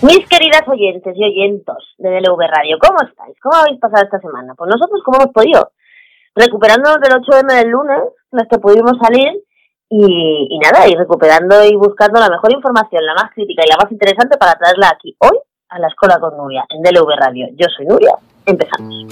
Mis queridas oyentes y oyentos de DLV Radio, ¿cómo estáis? ¿Cómo habéis pasado esta semana? Pues nosotros, ¿cómo hemos podido? Recuperándonos del 8M del lunes, los que pudimos salir, y nada, y recuperando y buscando la mejor información, la más crítica y la más interesante para traerla aquí hoy a la Escola con Nuria, en DLV Radio. Yo soy Nuria, empezamos.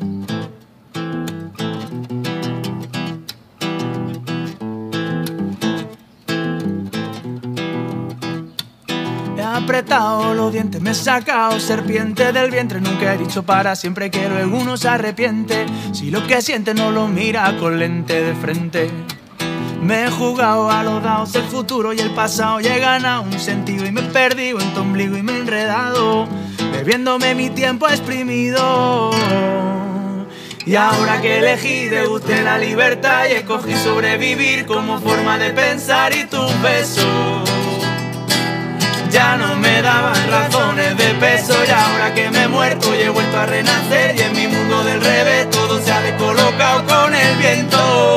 He apretado los dientes, me he sacado serpiente del vientre. Nunca he dicho para siempre que luego uno se arrepiente. Si lo que siente no lo mira con lente de frente. Me he jugado a los dados el futuro y el pasado. Y he ganado un sentido y me he perdido en tu ombligo y me he enredado, bebiéndome mi tiempo exprimido. Y ahora que elegí, degusté la libertad y escogí sobrevivir como forma de pensar. Y tus besos ya no me daban razones de peso. Y ahora que me he muerto y he vuelto a renacer, y en mi mundo del revés todo se ha descolocado con el viento.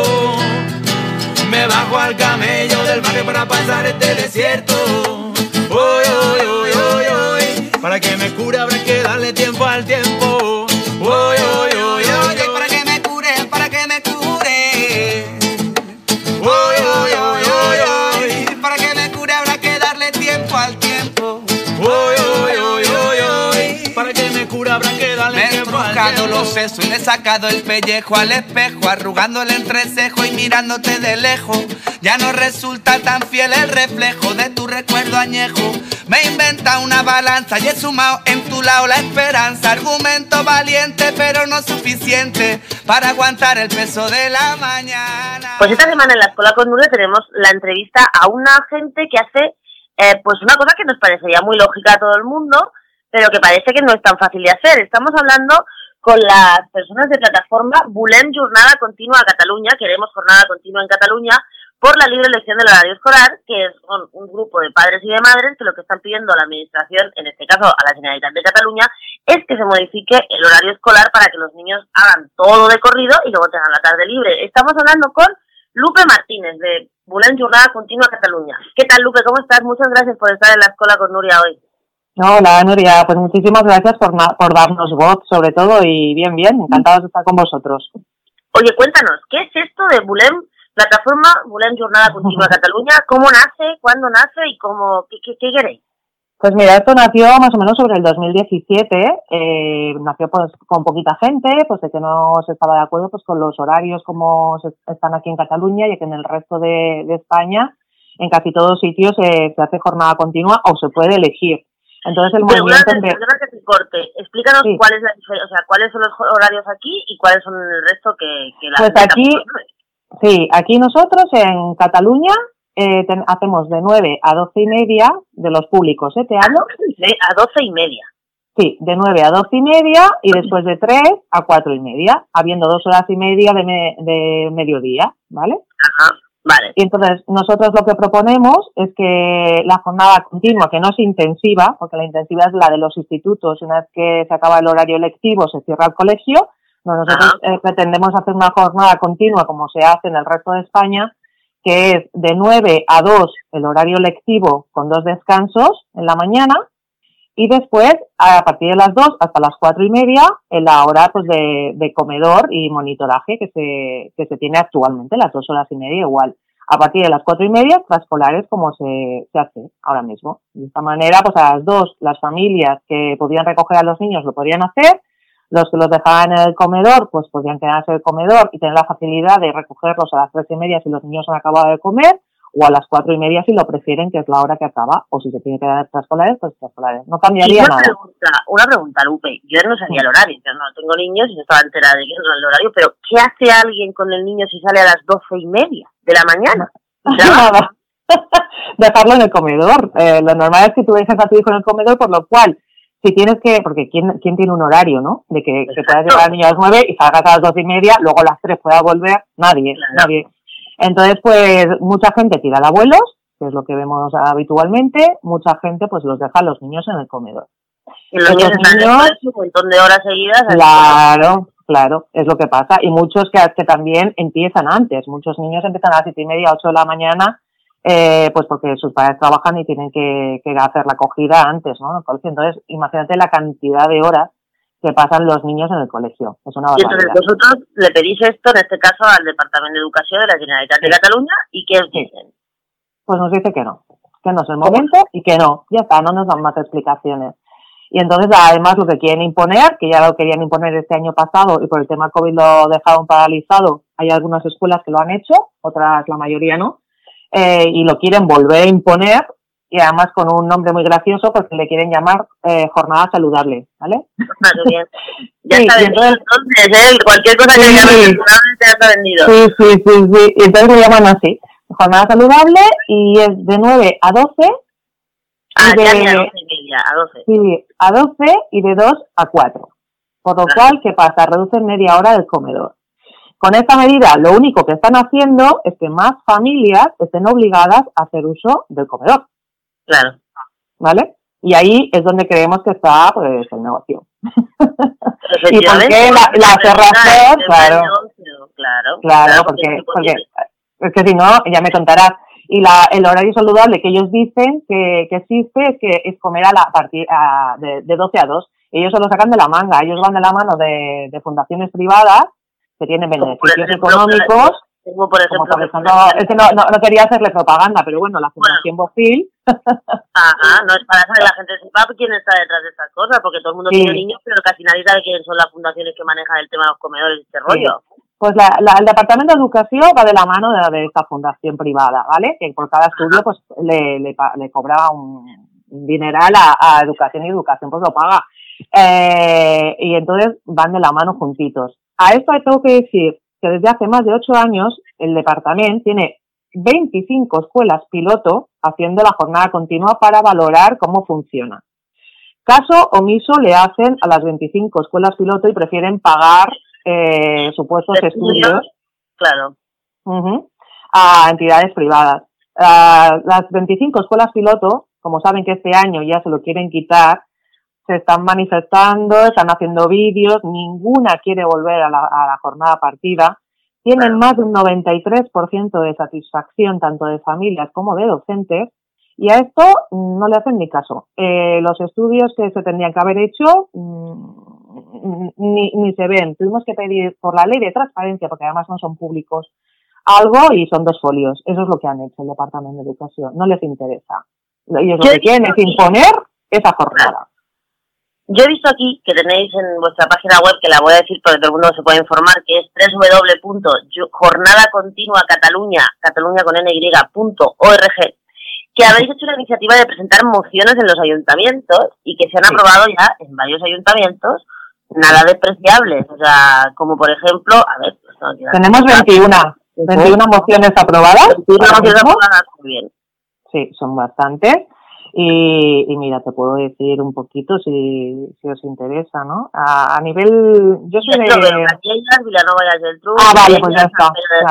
Me bajo al camello del barrio para pasar este desierto. Oy, oy, oy, oy, oy. Para que me cure habrá que darle tiempo al tiempo. Oy, oy, oy, oy, oy. Para que me cure, para que me cure. Oy, oy, oy, oy, oy. Para que me cure habrá que darle tiempo al tiempo. Oy, oy, oy, oy, oy. Para que me cure habrá que darle tiempo al tiempo. Me he trucado los sesos y le he sacado el pellejo al espejo, arrugando el entrecejo y mirándote de lejos. Ya no resulta tan fiel el reflejo de tu recuerdo añejo. Me he inventado una balanza y he sumado en tu lado la esperanza. Argumento valiente pero no suficiente para aguantar el peso de la mañana. Pues esta semana en la Escola con Nuria tenemos la entrevista a una gente que hace pues una cosa que nos parecería muy lógica a todo el mundo, pero que parece que no es tan fácil de hacer. Estamos hablando con las personas de plataforma Volem Jornada Continua a Catalunya. Queremos jornada continua en Catalunya por la libre elección del horario escolar, que es un grupo de padres y de madres que lo que están pidiendo a la administración, en este caso a la Generalitat de Catalunya, es que se modifique el horario escolar para que los niños hagan todo de corrido y luego tengan la tarde libre. Estamos hablando con Lupe Martínez, de Volem Jornada Continua a Catalunya. ¿Qué tal, Lupe? ¿Cómo estás? Muchas gracias por estar en la Escola con Nuria hoy. Hola, Nuria. Pues muchísimas gracias por darnos voz, sobre todo, y bien, encantados de estar con vosotros. Oye, cuéntanos, ¿qué es esto de Volem, plataforma Volem Jornada Continua Catalunya? ¿Cómo nace? ¿Cuándo nace? ¿Y qué queréis? Pues mira, esto nació más o menos sobre el 2017. Nació pues con poquita gente, pues de que no se estaba de acuerdo pues con los horarios como están aquí en Cataluña, y que en el resto de España, en casi todos sitios, se hace jornada continua o se puede elegir. Entonces el movimiento... Perdona que te corte. Explícanos sí. ¿Cuál es la diferencia, o sea, cuáles son los horarios aquí y cuáles son el resto que la pues aquí, sí, aquí nosotros en Cataluña hacemos de 9 a 12 y media de los públicos, ¿te hablo? A 12 y media. Sí, de 9 a 12 y media y después de 3 a 4 y media, habiendo 2 horas y media de mediodía, ¿vale? Ajá. Vale. Y entonces nosotros lo que proponemos es que la jornada continua, que no es intensiva, porque la intensiva es la de los institutos, una vez que se acaba el horario lectivo se cierra el colegio. Nosotros pretendemos hacer una jornada continua como se hace en el resto de España, que es de 9 a 2 el horario lectivo con 2 descansos en la mañana, y después a partir de las 2 hasta las 4 y media en la hora pues de comedor y monitoraje que se tiene actualmente, las 2 horas y media igual. A partir de las 4 y media, extraescolares como se hace ahora mismo. De esta manera, pues a las 2 las familias que podían recoger a los niños lo podían hacer, los que los dejaban en el comedor pues podían quedarse en el comedor y tener la facilidad de recogerlos a las 3 y media si los niños han acabado de comer, o a las 4 y media si lo prefieren, que es la hora que acaba, o si se tiene que dar extraescolares, pues extraescolares. No cambiaría nada. Una pregunta, Lupe. Yo no sabía el horario, yo no tengo niños y no estaba enterada de que no era el horario, pero ¿qué hace alguien con el niño si sale a las 12 y media de la mañana? Nada. Dejarlo en el comedor. Lo normal es que tú dejes a tu hijo en el comedor, por lo cual, si tienes que, porque ¿quién tiene un horario, no? De que puedas llevar al niño a las 9 y salgas a las 12 y media, luego a las 3 pueda volver, nadie. Entonces, pues, mucha gente tira de abuelos, que es lo que vemos habitualmente, mucha gente, pues, los deja a los niños en el comedor. Y los niños un montón de horas seguidas. Claro, es lo que pasa. Y muchos que también empiezan antes. Muchos niños empiezan a las 7 y media, 8 de la mañana pues porque sus padres trabajan y tienen que hacer la acogida antes, ¿no? En el colegio. Entonces, imagínate la cantidad de horas que pasan los niños en el colegio. Es una barbaridad. Y entonces vosotros le pedís esto, en este caso, al Departamento de Educación de la Generalitat de Cataluña, ¿y qué os dicen? Pues nos dice que no es el momento y que no, ya está, no nos dan más explicaciones. Y entonces, además, lo que quieren imponer, que ya lo querían imponer este año pasado y por el tema COVID lo dejaron paralizado, hay algunas escuelas que lo han hecho, otras, la mayoría no, y lo quieren volver a imponer, y además con un nombre muy gracioso porque le quieren llamar jornada saludable, ¿vale? Muy bien. Ya está vendido, entonces, cualquier cosa que llame saludable ya está vendido. Sí, y entonces lo llaman así, jornada saludable, y es de 9 a 12. Ya a 12:30, a 12. Sí, a 12 y de 2 a 4. Por lo cual, ¿qué pasa? Reducen media hora del comedor. Con esta medida, lo único que están haciendo es que más familias estén obligadas a hacer uso del comedor. Claro. ¿Vale? Y ahí es donde creemos que está, pues, el negocio. ¿Y por qué la cerrazón? Claro, porque es que si no, ya me contarás. Y el horario saludable que ellos dicen que existe es comer a partir de 12 a 2. Ellos se lo sacan de la manga. Ellos van de la mano de fundaciones privadas que tienen beneficios económicos. Como por ejemplo, es que no quería hacerle propaganda, pero bueno, la Fundación Bofil. Ajá, no es para que la gente sepa quién está detrás de estas cosas, porque todo el mundo tiene niños, pero casi nadie sabe quiénes son las fundaciones que manejan el tema de los comedores y este rollo. Pues el Departamento de Educación va de la mano de esta fundación privada, ¿vale? Que por cada estudio pues le cobra un dineral a educación, y educación pues lo paga. Y entonces van de la mano juntitos. A esto tengo que decir que desde hace más de 8 años el departamento tiene 25 escuelas piloto haciendo la jornada continua para valorar cómo funciona. Caso omiso le hacen a las 25 escuelas piloto y prefieren pagar supuestos estudios, claro, a entidades privadas. Las 25 escuelas piloto, como saben que este año ya se lo quieren quitar, se están manifestando, están haciendo vídeos, ninguna quiere volver a la jornada partida, tienen más de un 93% de satisfacción tanto de familias como de docentes, y a esto no le hacen ni caso. Los estudios que se tendrían que haber hecho ni se ven. Tuvimos que pedir por la ley de transparencia, porque además no son públicos, algo, y son 2 folios. Eso es lo que han hecho el Departamento de Educación. No les interesa. Ellos lo que quieren es imponer esa jornada. Yo he visto aquí que tenéis en vuestra página web, que la voy a decir porque todo el mundo se puede informar, que es www.jornadacontinuacataluña con ny.org, que habéis hecho una iniciativa de presentar mociones en los ayuntamientos y que se han aprobado ya en varios ayuntamientos, nada despreciables. O sea, como por ejemplo, a ver... Pues no, tenemos 21 mociones aprobadas. 21 mociones aprobadas, muy bien. Sí, son bastantes. Y mira, te puedo decir un poquito si os interesa, ¿no? A nivel... Yo soy de... Vilanova y Geltrú. Vale, pues ya está.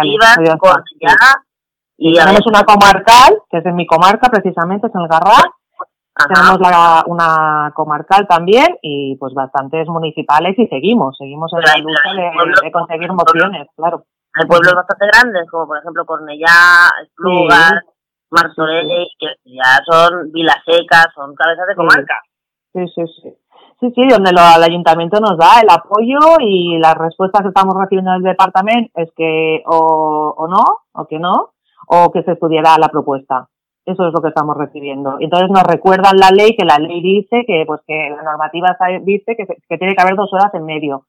Y tenemos una comarcal, que es en mi comarca precisamente, es en el Garraf. Tenemos una comarcal también y pues bastantes municipales, y seguimos en la lucha de conseguir mociones, claro. Hay pueblos bastante grandes, como por ejemplo Cornellá, Esplugas, Martorell, que ya son Vilasecas, son cabezas de comarca. Sí, donde el ayuntamiento nos da el apoyo, y las respuestas que estamos recibiendo del departamento es que o no, o que no, o que se estudiará la propuesta. Eso es lo que estamos recibiendo. Entonces nos recuerdan la ley, que la ley dice que la normativa dice que tiene que haber 2 horas en medio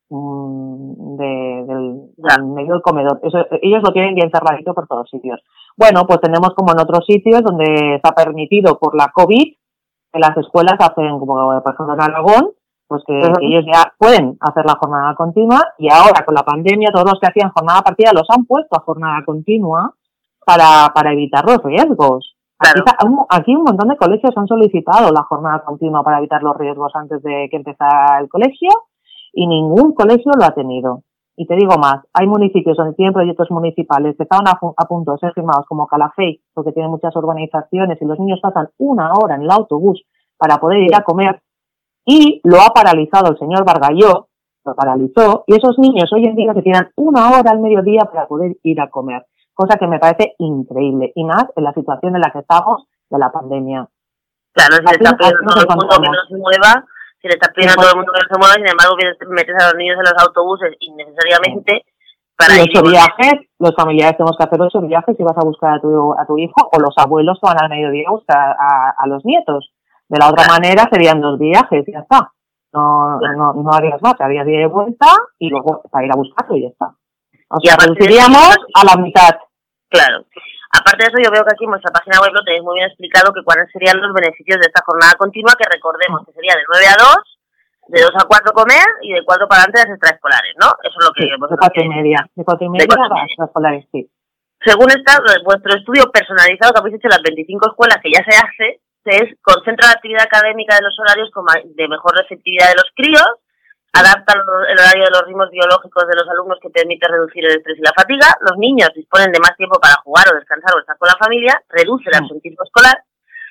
del medio del comedor. Eso, ellos lo tienen bien cerradito por todos sitios. Bueno, pues tenemos como en otros sitios donde está permitido por la COVID, que las escuelas hacen, como por ejemplo en Aragón, pues que ellos ya pueden hacer la jornada continua, y ahora con la pandemia todos los que hacían jornada partida los han puesto a jornada continua para evitar los riesgos. Claro. Aquí un montón de colegios han solicitado la jornada continua para evitar los riesgos antes de que empezara el colegio, y ningún colegio lo ha tenido. Y te digo más, hay municipios donde tienen proyectos municipales que estaban a punto de ser firmados, como Calafell, porque tiene muchas urbanizaciones y los niños pasan 1 hora en el autobús para poder ir a comer, y lo ha paralizado el señor Bargalló, lo paralizó, y esos niños hoy en día se tiran 1 hora al mediodía para poder ir a comer. cosa que me parece increíble, y más en la situación en la que estamos de la pandemia. Claro, si le está pidiendo a todo el mundo que no se mueva, si le está pidiendo a todo el mundo que no se mueva, sin embargo metes a los niños en los autobuses innecesariamente para ir. 8 viajes, los familiares tenemos que hacer 8 viajes si vas a buscar a tu hijo, o los abuelos que van al mediodía a buscar a los nietos. De la otra manera serían 2 viajes y ya está. No harías más, harías ida y vuelta y luego para ir a buscarlo y ya está. O sea, reduciríamos a la mitad. Claro. Aparte de eso, yo veo que aquí en vuestra página web lo tenéis muy bien explicado, que cuáles serían los beneficios de esta jornada continua, que recordemos que sería de 9 a 2, de 2 a 4 comer y de 4 para adelante las extraescolares, ¿no? Eso es lo que... Sí, de 4 y media. De 4 y media a las extraescolares, sí. Según vuestro estudio personalizado que habéis hecho en las 25 escuelas que ya se hace, concentra la actividad académica de los horarios de mejor receptividad de los críos, adapta el horario de los ritmos biológicos de los alumnos que permite reducir el estrés y la fatiga, los niños disponen de más tiempo para jugar o descansar o estar con la familia, reduce el absentismo escolar,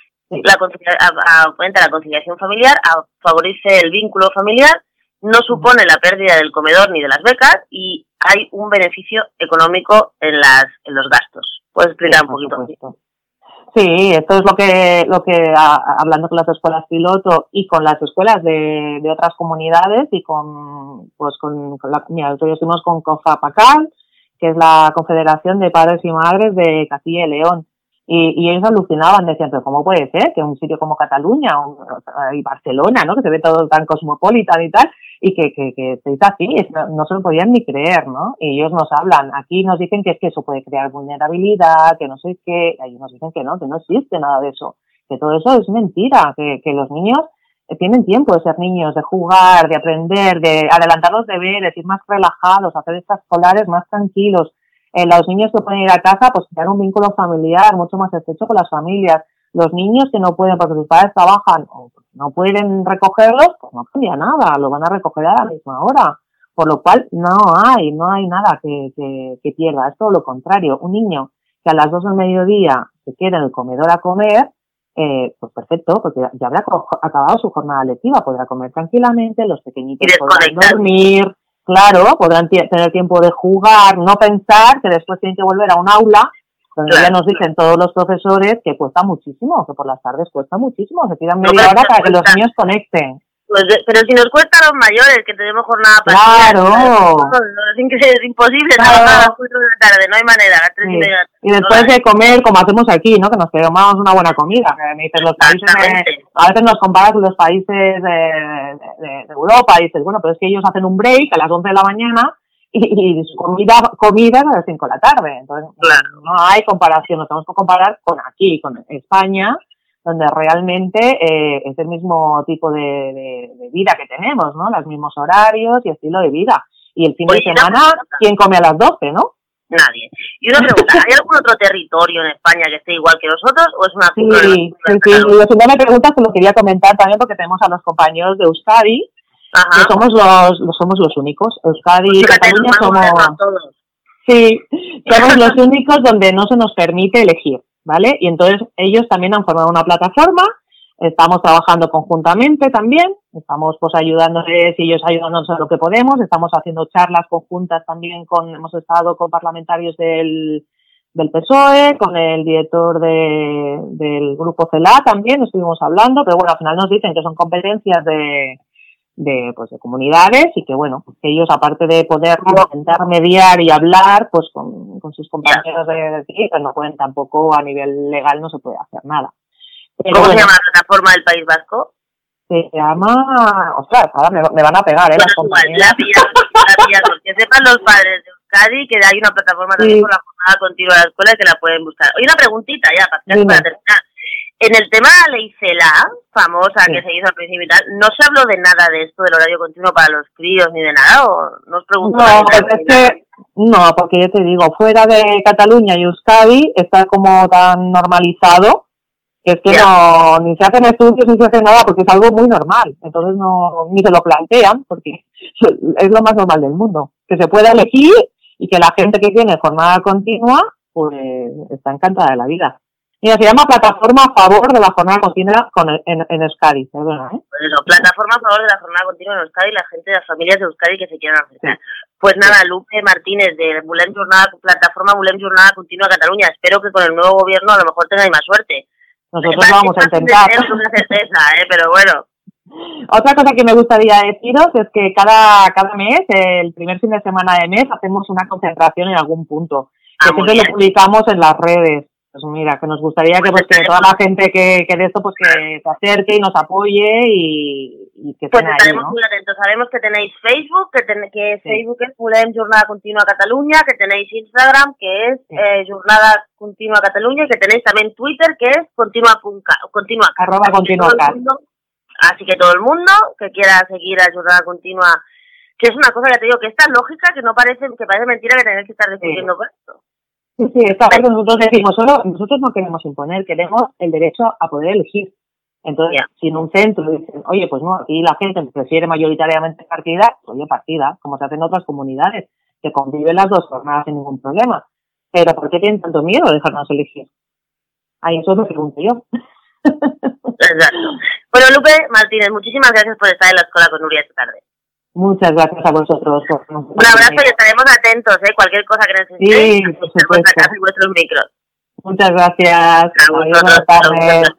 aumenta la conciliación familiar, favorece el vínculo familiar, no supone la pérdida del comedor ni de las becas y hay un beneficio económico en los gastos. ¿Puedes explicar un poquito? Sí, esto es lo que hablando con las escuelas piloto y con las escuelas de otras comunidades y con estuvimos con COFAPACAL, que es la Confederación de Padres y Madres de Castilla y León. Y ellos alucinaban, decían, pero ¿cómo puede ser que un sitio como Cataluña y Barcelona, ¿no? Que se ve todo tan cosmopolita y tal, y que se dice así, no se lo podían ni creer, ¿no? Y ellos nos hablan, aquí nos dicen que es que eso puede crear vulnerabilidad, que no sé qué, ahí nos dicen que no existe nada de eso, que todo eso es mentira, que los niños tienen tiempo de ser niños, de jugar, de aprender, de adelantar los deberes, ir más relajados, hacer extraescolares más tranquilos. Los niños que pueden ir a casa, pues crear un vínculo familiar mucho más estrecho con las familias. Los niños que no pueden, porque sus padres trabajan o no pueden recogerlos, pues no cambia nada, lo van a recoger a la misma hora. Por lo cual no hay nada que pierda, es todo lo contrario. Un niño que a las 2 del mediodía se quede en el comedor a comer, pues perfecto, porque ya habrá acabado su jornada lectiva, podrá comer tranquilamente, los pequeñitos podrán dormir. Claro, podrán tener tiempo de jugar, no pensar que después tienen que volver a un aula, donde ya nos dicen todos los profesores que cuesta muchísimo, que por las tardes cuesta muchísimo, se tiran media hora para que los niños conecten. Pues pero si nos cuesta a los mayores, que tenemos jornada para claro. Es imposible, claro. A las 4 de la tarde, no hay manera, a las 3 y media. Y después de comer, como hacemos aquí, ¿no? Que nos tomamos una buena comida. Que me dicen los países a veces nos comparas con los países de Europa y dices, bueno, pero es que ellos hacen un break a las 11 de la mañana y su comida es a las 5 de la tarde. Entonces, claro, no hay comparación, nos tenemos que comparar con aquí, con España, donde realmente es el mismo tipo de vida que tenemos, ¿no? Los mismos horarios y estilo de vida. Y el fin de semana, ¿quién come a las 12, no? Nadie. Y una pregunta, ¿hay algún otro territorio en España que esté igual que nosotros o es una... Sí. Si no me preguntas, te lo quería comentar también porque tenemos a los compañeros de Euskadi, que somos los únicos. Euskadi y Cataluña somos... Sí, somos los únicos donde no se nos permite elegir, ¿vale? Y entonces ellos también han formado una plataforma, estamos trabajando conjuntamente también, estamos pues ayudándoles y ellos ayudándonos en lo que podemos, estamos haciendo charlas conjuntas también hemos estado con parlamentarios del PSOE, con el director del grupo CELA también, estuvimos hablando, pero bueno, al final nos dicen que son competencias de comunidades y que bueno, que ellos aparte de poder intentar mediar y hablar pues con sus compañeros pues no pueden tampoco, a nivel legal no se puede hacer nada. Pero ¿cómo se llama la plataforma del País Vasco? Se llama, ostras, ahora me van a pegar, las compañeras. La que sepan los padres de Euskadi que hay una plataforma también con la jornada continua de la escuela que la pueden buscar. Oye, una preguntita ya, para terminar. En el tema de la ley CELA, famosa, que se hizo al principio y tal, ¿no se habló de nada de esto del horario continuo para los críos ni de nada? ¿O no os pregunto? No, porque yo te digo, fuera de Cataluña y Euskadi está como tan normalizado que es que ni se hacen estudios ni se hace nada porque es algo muy normal. Entonces ni se lo plantean porque es lo más normal del mundo. Que se pueda elegir y que la gente que tiene jornada continua pues está encantada de la vida. Mira, se llama Plataforma a favor de la jornada continua en Euskadi, perdona, ¿eh? Pues eso, Plataforma a favor de la jornada continua en Euskadi y la gente de las familias de Euskadi que se quieran acercar. Sí. Pues nada, Lupe Martínez de Plataforma Volem Jornada Continua Cataluña. Espero que con el nuevo gobierno a lo mejor tengáis más suerte. Nosotros lo vamos a intentar. Es una certeza, pero bueno. Otra cosa que me gustaría deciros es que cada mes, el primer fin de semana de mes, hacemos una concentración en algún punto. Que siempre lo publicamos en las redes. Pues mira, que nos gustaría que toda la gente que de esto pues que se acerque y nos apoye y que pues estén estaremos ahí, ¿no? Muy atentos. Sabemos que tenéis Facebook, que Facebook es Volem Jornada Continua Cataluña, que tenéis Instagram, que es Jornada Continua Cataluña, y que tenéis también Twitter, que es Continua. @continua. Así que todo el mundo que quiera seguir a Jornada Continua, que es una cosa, ya te digo, que es tan lógica que parece mentira que tengáis que estar discutiendo por esto. Sí, esta vez nosotros decimos nosotros no queremos imponer, queremos el derecho a poder elegir. Entonces, si en un centro dicen, oye, pues no, aquí la gente prefiere mayoritariamente partida, pues oye, partida, como se hace en otras comunidades, que conviven las dos jornadas sin ningún problema. Pero ¿por qué tienen tanto miedo de dejarnos elegir? Ahí eso me pregunto yo. Exacto. Bueno, Lupe Martínez, muchísimas gracias por estar en la escuela con Nuria esta tarde. Muchas gracias a vosotros. Un abrazo y estaremos atentos, cualquier cosa que necesitéis, por vuestra casa y vuestros micros. Muchas gracias. Adiós.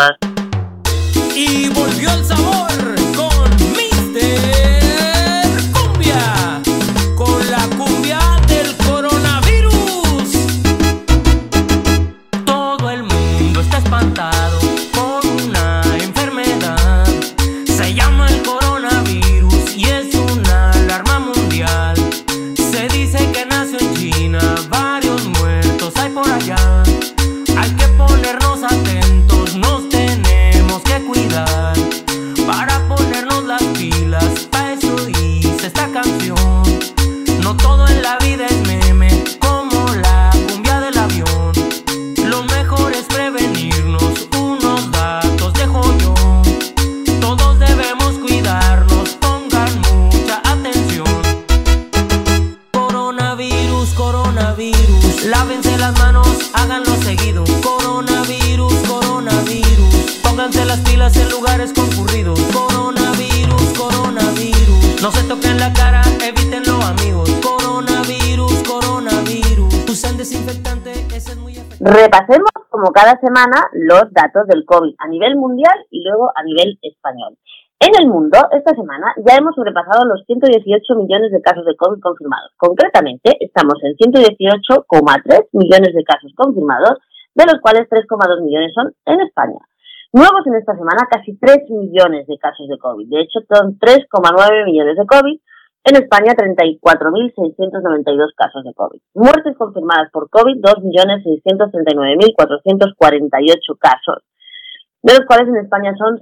Y volvió el sabor con Mr. Cumbia, con la cumbia del coronavirus. Todo el mundo está espantado por una enfermedad, se llama el coronavirus y es una alarma mundial. Se dice que nació en China, varios muertos hay por allá. Hay que ponernos atentos, nos tenemos que cuidar, para ponernos las pilas, pa' eso dice esta canción. No todo en la vida es meme, como la cumbia del avión. Lo mejor es prevenirnos, unos datos dejo yo. Todos debemos cuidarnos, pongan mucha atención. Coronavirus, coronavirus, lávense las manos, háganlo seguido. Coronavirus, coronavirus, pónganse las pilas en lugares concurridos. Coronavirus, coronavirus, no se toquen la cara, evítenlo amigos. Coronavirus, coronavirus, usen desinfectante, ese es muy efectivo. Repasemos como cada semana los datos del COVID a nivel mundial y luego a nivel español. En el mundo, esta semana ya hemos sobrepasado los 118 millones de casos de COVID confirmados. Concretamente, estamos en 118,3 millones de casos confirmados, de los cuales 3,2 millones son en España. Nuevos en esta semana casi 3 millones de casos de COVID. De hecho, son 3,9 millones de COVID. En España, 34.692 casos de COVID. Muertes confirmadas por COVID, 2.639.448 casos, de los cuales en España son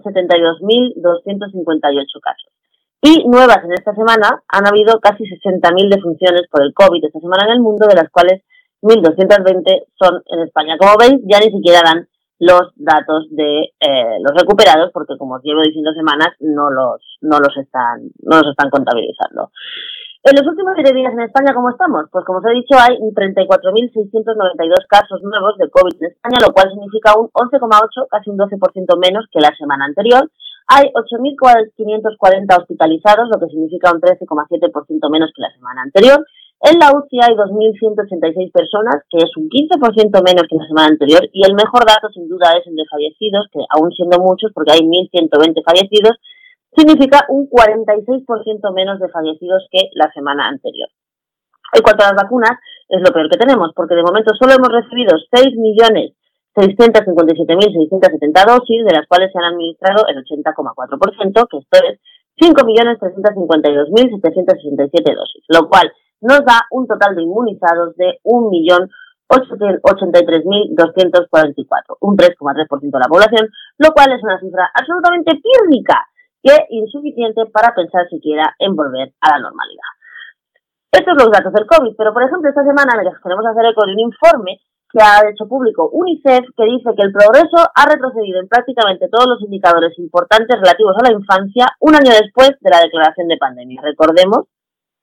72.258 casos. Y nuevas en esta semana, han habido casi 60.000 defunciones por el COVID esta semana en el mundo, de las cuales 1.220 son en España. Como veis, ya ni siquiera dan los datos de los recuperados, porque como os llevo diciendo semanas, no los están contabilizando. En los últimos 7 días en España, ¿cómo estamos? Pues como os he dicho, hay 34.692 casos nuevos de COVID en España, lo cual significa un 11,8, casi un 12% menos que la semana anterior. Hay 8.540 hospitalizados, lo que significa un 13,7% menos que la semana anterior. En la UCI hay 2.186 personas, que es un 15% menos que la semana anterior, y el mejor dato sin duda es el de fallecidos, que aún siendo muchos, porque hay 1.120 fallecidos, significa un 46% menos de fallecidos que la semana anterior. En cuanto a las vacunas, es lo peor que tenemos, porque de momento solo hemos recibido 6.657.670 dosis, de las cuales se han administrado el 80,4%, que esto es 5.352.767 dosis, lo cual nos da un total de inmunizados de 1.083.244, un 3,3% de la población, lo cual es una cifra absolutamente pírrica, que insuficiente para pensar siquiera en volver a la normalidad. Estos son los datos del COVID, pero por ejemplo esta semana les queremos hacer eco de un informe que ha hecho público UNICEF, que dice que el progreso ha retrocedido en prácticamente todos los indicadores importantes relativos a la infancia un año después de la declaración de pandemia. Recordemos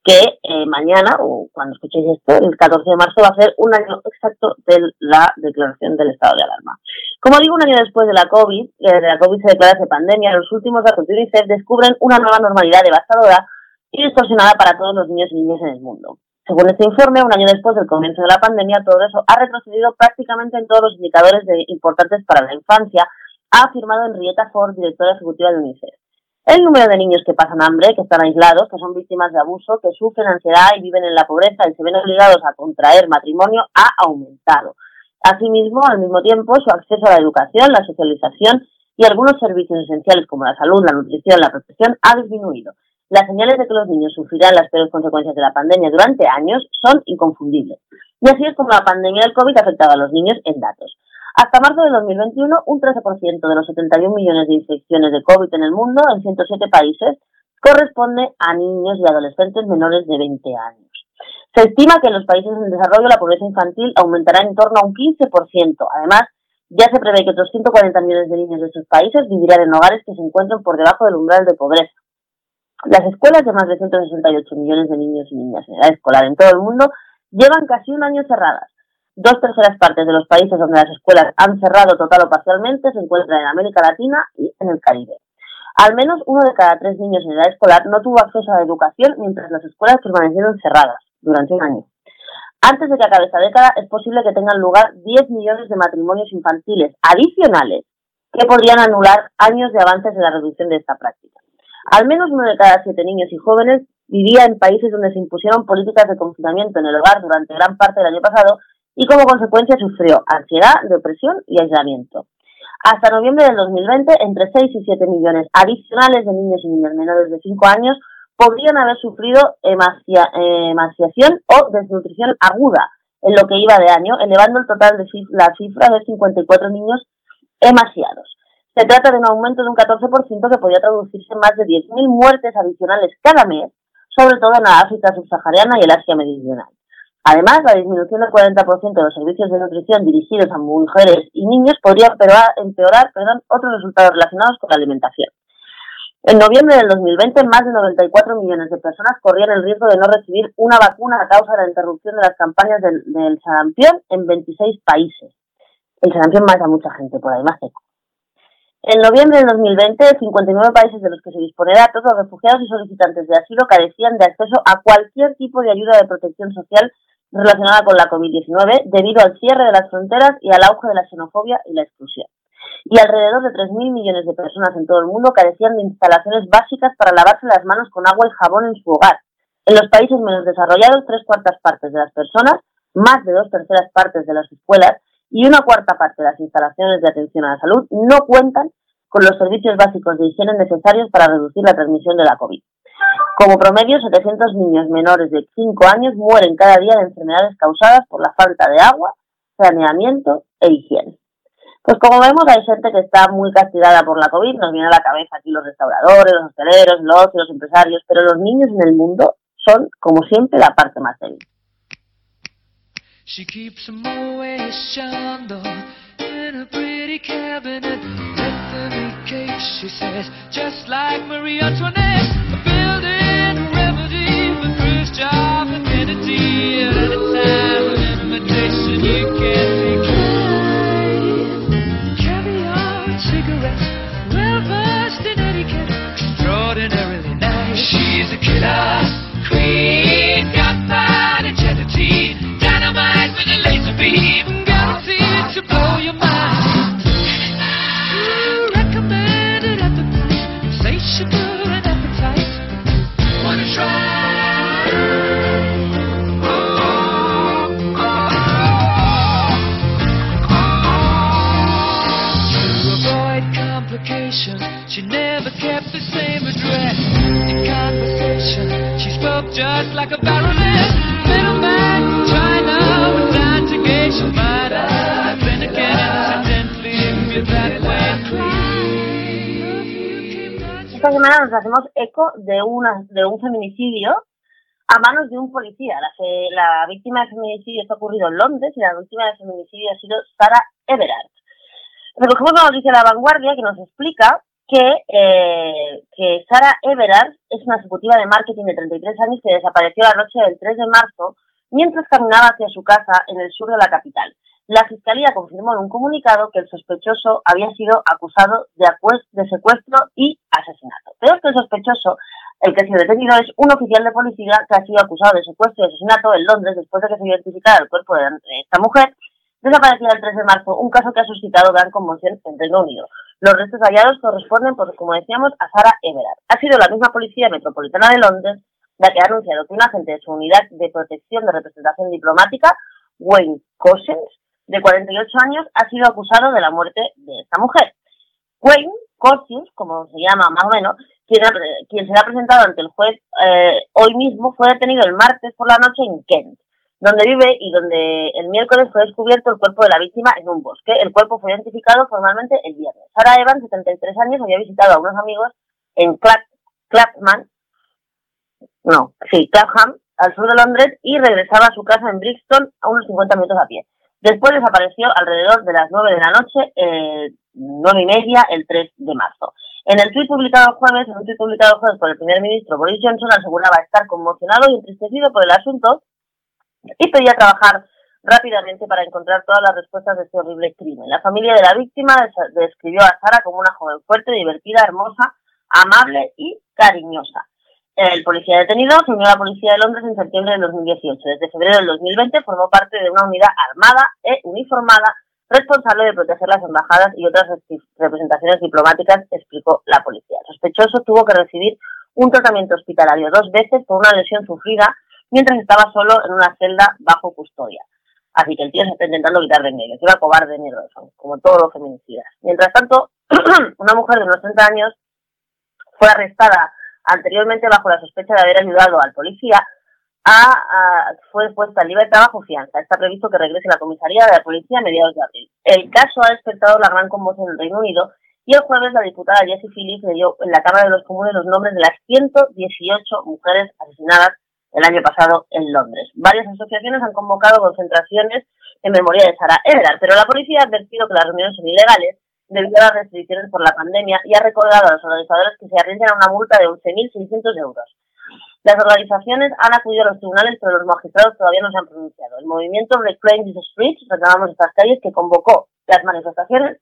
que mañana, o cuando escuchéis esto, el 14 de marzo va a ser un año exacto de la declaración del estado de alarma. Como digo, un año después de la COVID se declarase pandemia, los últimos datos de UNICEF descubren una nueva normalidad devastadora y distorsionada para todos los niños y niñas en el mundo. Según este informe, un año después del comienzo de la pandemia, todo eso ha retrocedido prácticamente en todos los indicadores importantes para la infancia, ha afirmado Henrietta Ford, directora ejecutiva de UNICEF. El número de niños que pasan hambre, que están aislados, que son víctimas de abuso, que sufren ansiedad y viven en la pobreza y se ven obligados a contraer matrimonio ha aumentado. Asimismo, al mismo tiempo, su acceso a la educación, la socialización y algunos servicios esenciales como la salud, la nutrición, la protección ha disminuido. Las señales de que los niños sufrirán las peores consecuencias de la pandemia durante años son inconfundibles. Y así es como la pandemia del COVID ha afectado a los niños en datos. Hasta marzo de 2021, un 13% de los 71 millones de infecciones de COVID en el mundo, en 107 países, corresponde a niños y adolescentes menores de 20 años. Se estima que en los países en desarrollo la pobreza infantil aumentará en torno a un 15%. Además, ya se prevé que otros 140 millones de niños de estos países vivirán en hogares que se encuentran por debajo del umbral de pobreza. Las escuelas de más de 168 millones de niños y niñas en edad escolar en todo el mundo llevan casi un año cerradas. 2/3 partes de los países donde las escuelas han cerrado total o parcialmente se encuentran en América Latina y en el Caribe. Al menos 1 de cada 3 niños en edad escolar no tuvo acceso a la educación mientras las escuelas permanecieron cerradas durante un año. Antes de que acabe esta década, es posible que tengan lugar 10 millones de matrimonios infantiles adicionales que podrían anular años de avances en la reducción de esta práctica. Al menos 1 de cada 7 niños y jóvenes vivía en países donde se impusieron políticas de confinamiento en el hogar durante gran parte del año pasado y como consecuencia sufrió ansiedad, depresión y aislamiento. Hasta noviembre del 2020, entre 6 y 7 millones adicionales de niños y niñas menores de 5 años podrían haber sufrido emaciación o desnutrición aguda en lo que iba de año, elevando el total de la cifra de 54 niños emaciados. Se trata de un aumento de un 14% que podría traducirse en más de 10.000 muertes adicionales cada mes, sobre todo en la África subsahariana y el Asia meridional. Además, la disminución del 40% de los servicios de nutrición dirigidos a mujeres y niños podría empeorar otros resultados relacionados con la alimentación. En noviembre del 2020, más de 94 millones de personas corrían el riesgo de no recibir una vacuna a causa de la interrupción de las campañas del sarampión en 26 países. El sarampión mata a mucha gente por ahí, más seco. En noviembre del 2020, 59 países de los que se dispone datos, los refugiados y solicitantes de asilo carecían de acceso a cualquier tipo de ayuda de protección social relacionada con la COVID-19 debido al cierre de las fronteras y al auge de la xenofobia y la exclusión. Y alrededor de 3.000 millones de personas en todo el mundo carecían de instalaciones básicas para lavarse las manos con agua y jabón en su hogar. En los países menos desarrollados, 3/4 partes de las personas, más de 2/3 partes de las escuelas y 1/4 parte de las instalaciones de atención a la salud no cuentan con los servicios básicos de higiene necesarios para reducir la transmisión de la COVID. Como promedio, 700 niños menores de 5 años mueren cada día de enfermedades causadas por la falta de agua, saneamiento e higiene. Pues como vemos, hay gente que está muy castigada por la COVID, nos viene a la cabeza aquí los restauradores, los hosteleros, los empresarios, pero los niños en el mundo son, como siempre, la parte más débil. She keeps them always shined in a pretty cabinet. Bethany cake, she says, just like Marie Antoinette. A building remedy for Khrushchev affinity. At any time of invitation, you can decline. Caviar and cigarettes, well versed in etiquette, extraordinarily nice. She's a killer queen, got fine agility. Dynamite with a laser beam, guaranteed to blow your mind. Recommended at the price, insatiable and appetite. Wanna try? To avoid complications, she never kept the same address. In conversation, she spoke just like a baroness. Middleman, China, with litigation, might have been again accidentally if you're that way. Esta semana nos hacemos eco de un feminicidio a manos de un policía. La víctima de feminicidio está ocurrido en Londres y la víctima de feminicidio ha sido Sarah Everard. Recogemos una noticia de La Vanguardia que nos explica que Sarah Everard es una ejecutiva de marketing de 33 años que desapareció la noche del 3 de marzo mientras caminaba hacia su casa en el sur de la capital. La Fiscalía confirmó en un comunicado que el sospechoso había sido acusado de secuestro y asesinato. Pero que el sospechoso, el que ha sido detenido, es un oficial de policía que ha sido acusado de secuestro y asesinato en Londres después de que se identificara el cuerpo de esta mujer, desaparecida el 3 de marzo, un caso que ha suscitado gran conmoción en Reino Unido. Los restos hallados corresponden, como decíamos, a Sarah Everard. Ha sido la misma Policía Metropolitana de Londres la que ha anunciado que un agente de su unidad de protección de representación diplomática, Wayne Cossens, de 48 años, ha sido acusado de la muerte de esta mujer. Wayne Cossens, como se llama más o menos, quien será presentado ante el juez hoy mismo, fue detenido el martes por la noche en Kent, donde vive y donde el miércoles fue descubierto el cuerpo de la víctima en un bosque. El cuerpo fue identificado formalmente el viernes. Sarah Evans, 73 años, había visitado a unos amigos en Clapham, al sur de Londres, y regresaba a su casa en Brixton a unos 50 minutos a pie. Después desapareció alrededor de las 9 de la noche, 9:30, el 3 de marzo. En un tuit publicado el jueves por el primer ministro Boris Johnson, aseguraba estar conmocionado y entristecido por el asunto y pedía trabajar rápidamente para encontrar todas las respuestas de este horrible crimen. La familia de la víctima describió a Sarah como una joven fuerte, divertida, hermosa, amable y cariñosa. El policía detenido se unió a la policía de Londres en septiembre del 2018. Desde febrero del 2020 formó parte de una unidad armada e uniformada responsable de proteger las embajadas y otras representaciones diplomáticas, explicó la policía. El sospechoso tuvo que recibir un tratamiento hospitalario 2 veces por una lesión sufrida mientras estaba solo en una celda bajo custodia. Así que el tío se está intentando quitar de en medio. Es una cobarde mierda, como todos los feminicidas. Mientras tanto, una mujer de unos 30 años fue arrestada anteriormente bajo la sospecha de haber ayudado al policía, fue puesta en libertad bajo fianza. Está previsto que regrese a la comisaría de la policía a mediados de abril. El caso ha despertado la gran conmoción en el Reino Unido y el jueves la diputada Jessie Phillips le dio en la Cámara de los Comunes los nombres de las 118 mujeres asesinadas el año pasado en Londres. Varias asociaciones han convocado concentraciones en memoria de Sarah Everard, pero la policía ha advertido que las reuniones son ilegales debido a las restricciones por la pandemia y ha recordado a los organizadores que se arriesgan a una multa de 11.600 euros. Las organizaciones han acudido a los tribunales, pero los magistrados todavía no se han pronunciado. El movimiento Reclaim These Streets, reclamamos estas calles, que convocó las manifestaciones,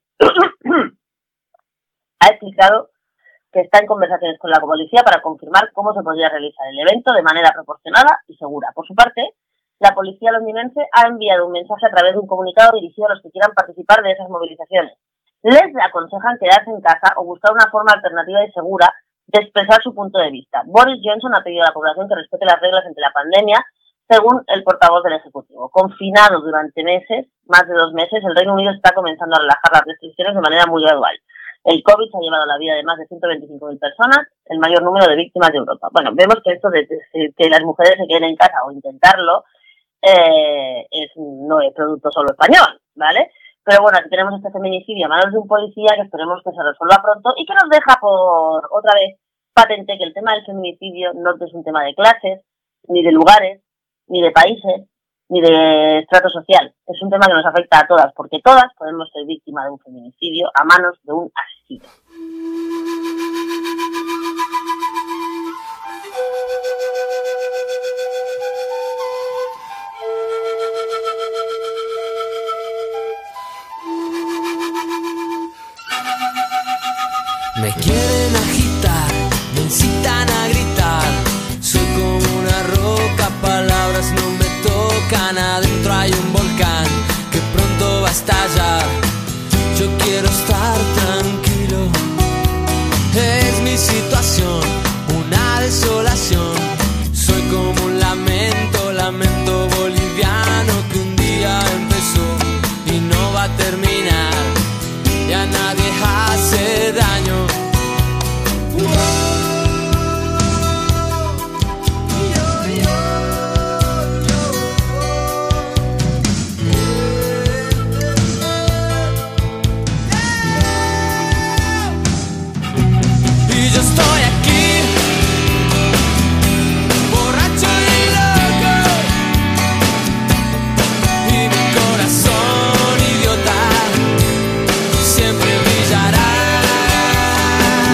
ha explicado que está en conversaciones con la policía para confirmar cómo se podría realizar el evento de manera proporcionada y segura. Por su parte, la policía londinense ha enviado un mensaje a través de un comunicado dirigido a los que quieran participar de esas movilizaciones. Les aconsejan quedarse en casa o buscar una forma alternativa y segura de expresar su punto de vista. Boris Johnson ha pedido a la población que respete las reglas ante la pandemia, según el portavoz del Ejecutivo. Confinado durante meses, más de 2 meses, el Reino Unido está comenzando a relajar las restricciones de manera muy gradual. El COVID se ha llevado la vida de más de 125.000 personas, el mayor número de víctimas de Europa. Bueno, vemos que esto de que las mujeres se queden en casa o intentarlo no es producto solo español, ¿vale? Pero bueno, aquí tenemos este feminicidio a manos de un policía que esperemos que se resuelva pronto y que nos deja por otra vez patente que el tema del feminicidio no es un tema de clases, ni de lugares, ni de países, ni de estrato social. Es un tema que nos afecta a todas, porque todas podemos ser víctimas de un feminicidio a manos de un asesino. Me quieren agitar, me incitan a gritar. Soy como una roca, palabras no me tocan. Adentro hay un volcán que pronto va a estallar. Yo quiero estar tranquilo. Es mi situación, una desolación. Soy como un lamento, lamento boliviano que un día empezó y no va a terminar. Ya nadie hace daño. Y yo estoy aquí, borracho y loco, y mi corazón idiota siempre brillará.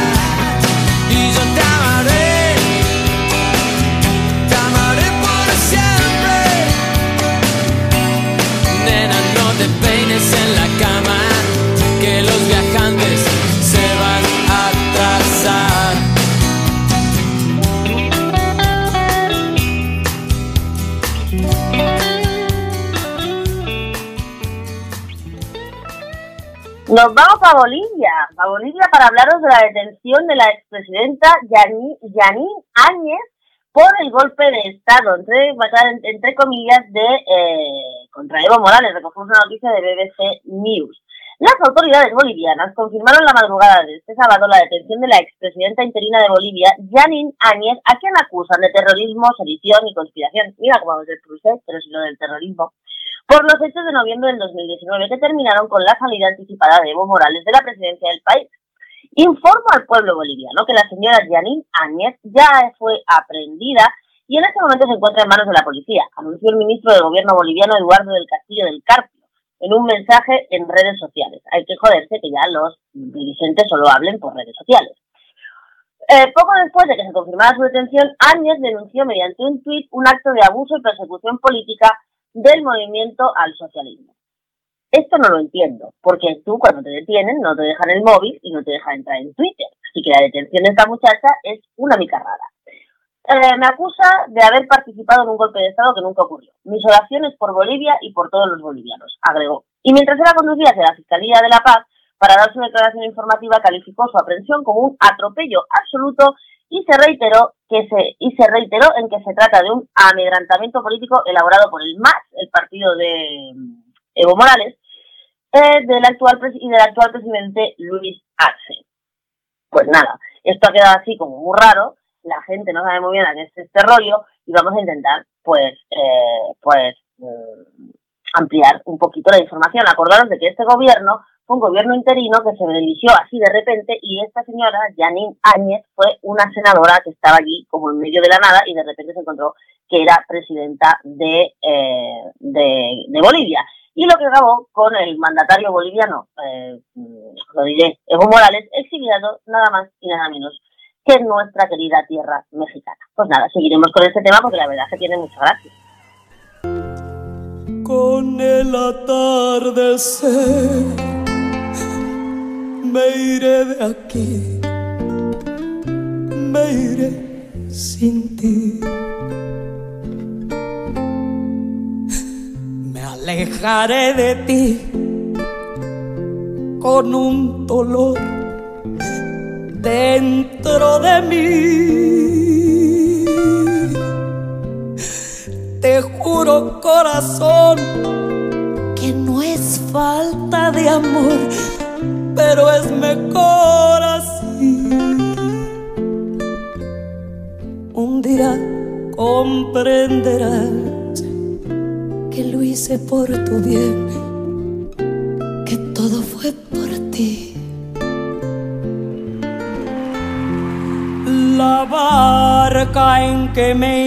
Nos vamos a Bolivia para hablaros de la detención de la expresidenta Janine Áñez por el golpe de Estado, entre comillas, contra Evo Morales. Recogemos una noticia de BBC News. Las autoridades bolivianas confirmaron la madrugada de este sábado la detención de la expresidenta interina de Bolivia, Janine Áñez, a quien acusan de terrorismo, sedición y conspiración. Mira cómo vamos del cruce, pero si lo del terrorismo. Por los hechos de noviembre del 2019 que terminaron con la salida anticipada de Evo Morales de la presidencia del país. Informo al pueblo boliviano que la señora Janine Áñez ya fue aprehendida y en este momento se encuentra en manos de la policía, anunció el ministro de Gobierno boliviano Eduardo del Castillo del Carpio en un mensaje en redes sociales. Hay que joderse que ya los dirigentes solo hablen por redes sociales. Poco después de que se confirmara su detención, Áñez denunció mediante un tuit un acto de abuso y persecución política del movimiento al socialismo. Esto no lo entiendo, porque tú cuando te detienen no te dejan el móvil y no te dejan entrar en Twitter. Así que la detención de esta muchacha es una mica rara. Me acusa de haber participado en un golpe de Estado que nunca ocurrió. Mis oraciones por Bolivia y por todos los bolivianos, agregó. Y mientras era conducida hacia la Fiscalía de La Paz para dar su declaración informativa, calificó su aprehensión como un atropello absoluto y se reiteró en que se trata de un amedrantamiento político elaborado por el MAS, el partido de Evo Morales, del actual presidente Luis Arce. Pues nada, esto ha quedado así como muy raro, la gente no sabe muy bien a qué es este rollo y vamos a intentar ampliar un poquito la información. Acordaros de que este gobierno fue un gobierno interino que se eligió así de repente y esta señora, Janine Áñez, fue una senadora que estaba allí como en medio de la nada y de repente se encontró que era presidenta de Bolivia. Y lo que grabó con el mandatario boliviano, Evo Morales, exiliado nada más y nada menos que en nuestra querida tierra mexicana. Pues nada, seguiremos con este tema porque la verdad es que tiene mucha gracia. Con el atardecer me iré de aquí, me iré sin ti. Me alejaré de ti con un dolor dentro de mí. Te juro, corazón, que no es falta de amor, pero es mejor así. Un día comprenderás que lo hice por tu bien, que todo fue por ti. La barca en que me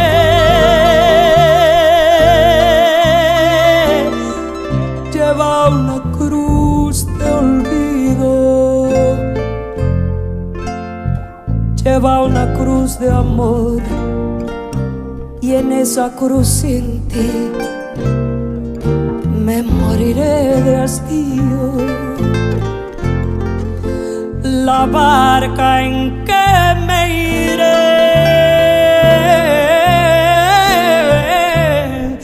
iré lleva una cruz de olvido, lleva una cruz de amor, y en esa cruz sin ti me moriré de hastío. La barca en que me iré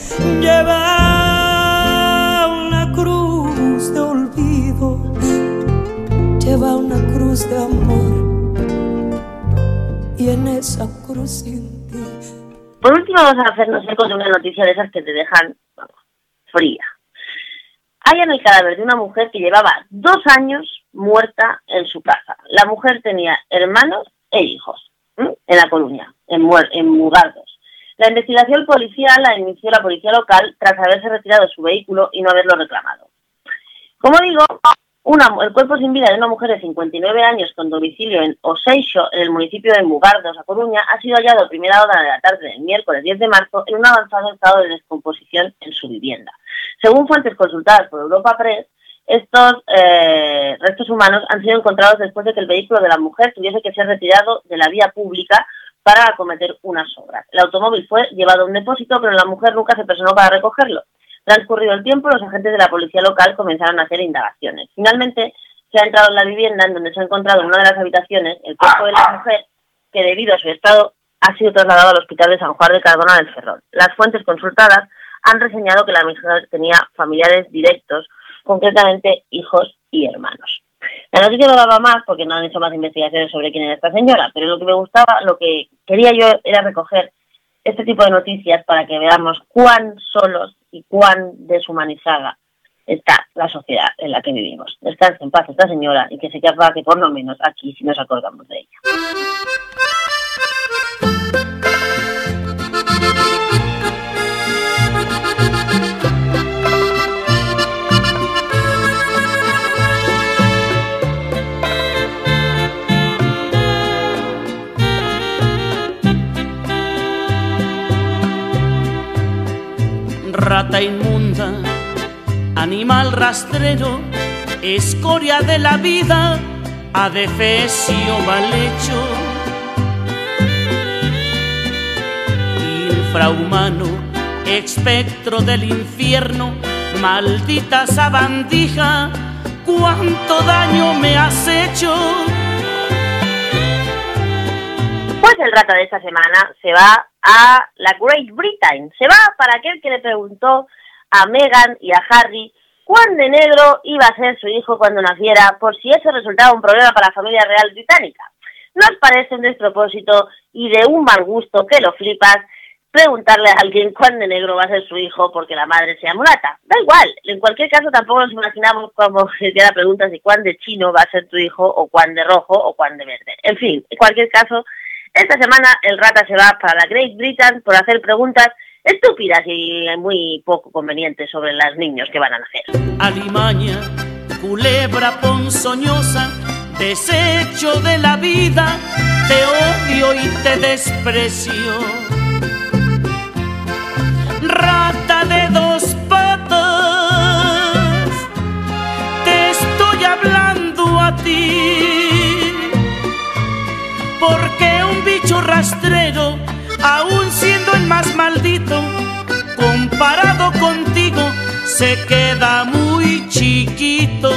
lleva una cruz de olvido, lleva una cruz de amor, y en esa cruz sin ti. Por último vamos a hacernos eco de una noticia de esas que te dejan fría. Hallan el cadáver de una mujer que llevaba 2 años muerta en su casa. La mujer tenía hermanos e hijos en La Coruña, en Mugardos. La investigación policial la inició la policía local tras haberse retirado de su vehículo y no haberlo reclamado. Como digo, el cuerpo sin vida de una mujer de 59 años con domicilio en Oseixo, en el municipio de Mugardos, A Coruña, ha sido hallado a primera hora de la tarde del miércoles 10 de marzo en un avanzado estado de descomposición en su vivienda. Según fuentes consultadas por Europa Press, estos restos humanos han sido encontrados después de que el vehículo de la mujer tuviese que ser retirado de la vía pública para acometer unas obras. El automóvil fue llevado a un depósito, pero la mujer nunca se personó para recogerlo. Transcurrido el tiempo, los agentes de la policía local comenzaron a hacer indagaciones. Finalmente, se ha entrado en la vivienda en donde se ha encontrado en una de las habitaciones el cuerpo de la mujer, que debido a su estado ha sido trasladado al hospital de San Juan de Cardona del Ferrol. Las fuentes consultadas han reseñado que la mujer tenía familiares directos, concretamente hijos y hermanos. La noticia no daba más porque no han hecho más investigaciones sobre quién era esta señora, pero lo que me gustaba, lo que quería yo era recoger este tipo de noticias para que veamos cuán solos y cuán deshumanizada está la sociedad en la que vivimos. Descanse en paz esta señora y que se quede que por lo menos aquí sí nos acordamos de ella. Rata inmunda, animal rastrero, escoria de la vida, adefesio mal hecho, infrahumano, espectro del infierno, maldita sabandija, cuánto daño me has hecho. Pues el rata de esta semana se va a la Great Britain. Se va para aquel que le preguntó a Meghan y a Harry cuán de negro iba a ser su hijo cuando naciera, por si eso resultaba un problema para la familia real británica. ¿Nos parece un despropósito y de un mal gusto que lo flipas preguntarle a alguien cuán de negro va a ser su hijo porque la madre sea mulata? Da igual, en cualquier caso tampoco nos imaginamos como se la pregunta si cuán de chino va a ser tu hijo, o cuán de rojo, o cuán de verde. En fin, en cualquier caso, esta semana el rata se va para la Great Britain por hacer preguntas estúpidas y muy poco convenientes sobre los niños que van a nacer. Alimaña, culebra ponzoñosa, desecho de la vida, te odio y te desprecio. Rata de dos patas, te estoy hablando a ti, porque un bicho rastrero, aún siendo el más maldito, comparado contigo, se queda muy chiquito.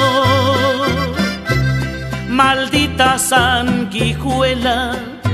Maldita sanguijuela,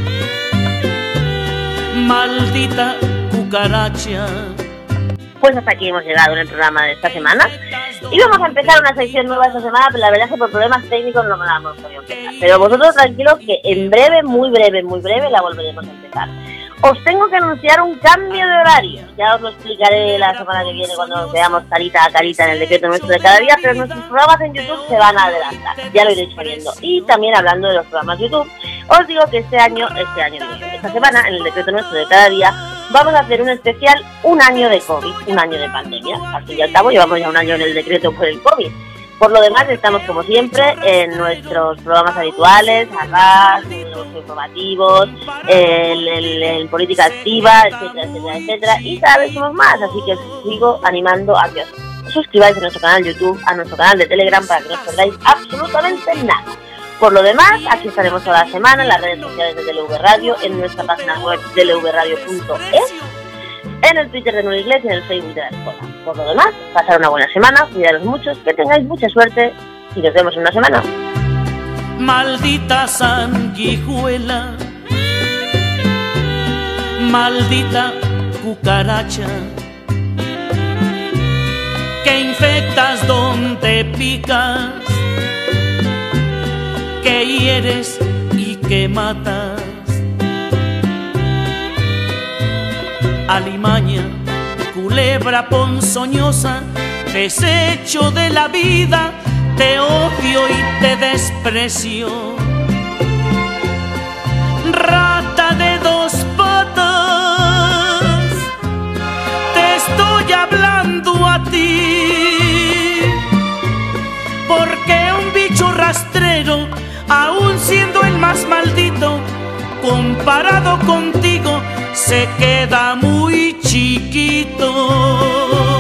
maldita cucaracha. Pues hasta aquí hemos llegado en el programa de esta semana. Y vamos a empezar una sección nueva esta semana, pero la verdad es que por problemas técnicos no la hemos podido empezar. Pero vosotros tranquilos que en breve, muy breve la volveremos a empezar. Os tengo que anunciar un cambio de horario. Ya os lo explicaré la semana que viene cuando nos veamos carita a carita en el decreto nuestro de cada día, pero nuestros programas en YouTube se van a adelantar. Ya lo iréis sabiendo. Y también hablando de los programas YouTube, os digo que esta semana en el decreto nuestro de cada día vamos a hacer un especial un año de COVID, un año de pandemia. Al fin y al cabo llevamos ya un año en el decreto por el COVID. Por lo demás, estamos como siempre en nuestros programas habituales, Arras, los informativos, el Política Activa, etcétera, y cada vez somos más, así que os sigo animando a que os suscribáis a nuestro canal YouTube, a nuestro canal de Telegram, para que no os perdáis absolutamente nada. Por lo demás, aquí estaremos toda la semana en las redes sociales de TLV Radio, en nuestra página web tlvradio.es, en el Twitter de Nueva Inglés y en el Facebook de la escuela. Por lo demás, pasar una buena semana, cuidaros mucho, que tengáis mucha suerte y nos vemos en una semana. Maldita sanguijuela, maldita cucaracha, que infectas donde picas, que hieres y que matas. Alimaña, culebra ponzoñosa, desecho de la vida, te odio y te desprecio. Rata de dos patas, te estoy hablando a ti, porque un bicho rastrero, aún siendo el más maldito, comparado contigo, se queda muy chiquito.